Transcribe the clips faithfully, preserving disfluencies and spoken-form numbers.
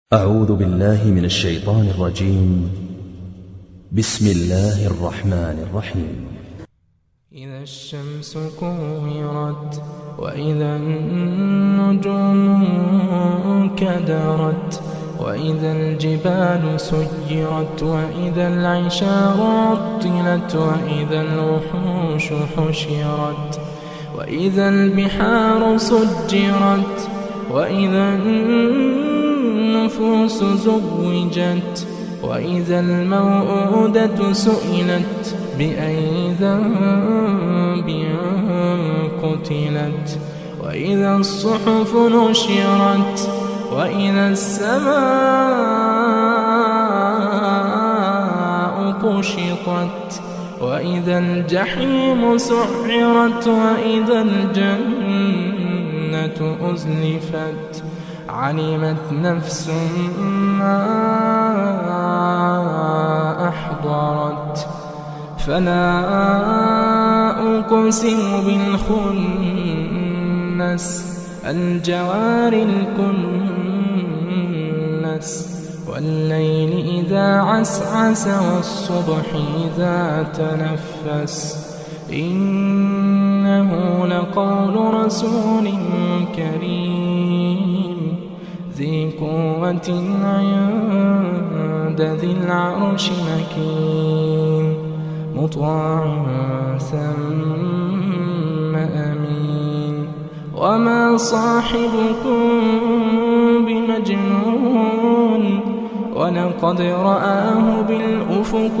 أعوذ بالله من الشيطان الرجيم. بسم الله الرحمن الرحيم. إذا الشمس كورت وإذا النجوم كدرت وإذا الجبال سيرت وإذا العشار عطلت وإذا الوحوش حشرت وإذا البحار سجرت وإذا النفوس زوجت وإذا الموءودة سئلت بأي ذنب قتلت وإذا الصحف نشرت وإذا السماء كشطت وإذا الجحيم سعرت وإذا الجنة أزلفت علمت نفس ما أحضرت فلا أقسم بالخنس الجوار الكنس والليل إذا عسعس والصبح إذا تنفس إنه لقول رسول كريم ذي قوة عند ذي العرش مكين مطاع ثم أمين وما صاحبكم بمجنون ولقد رآه بالأفق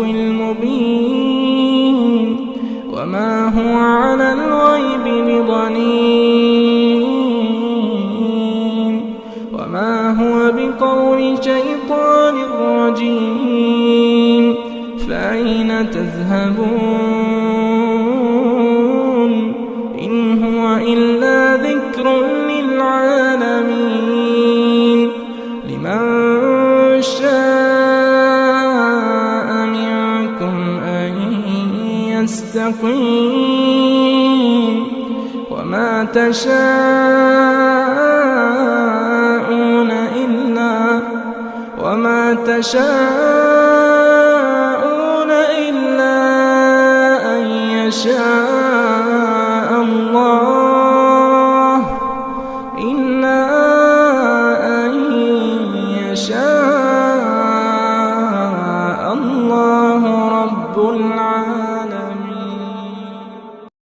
المبين وما هو على الغيب بضنين وما هو بقول شيطان رجيم فأين تذهبون إن هو إلا ذكر للعالمين لمن شاء منكم أن يستقيم وما تشاءون إلا وما تشاءون إلا أن يشاء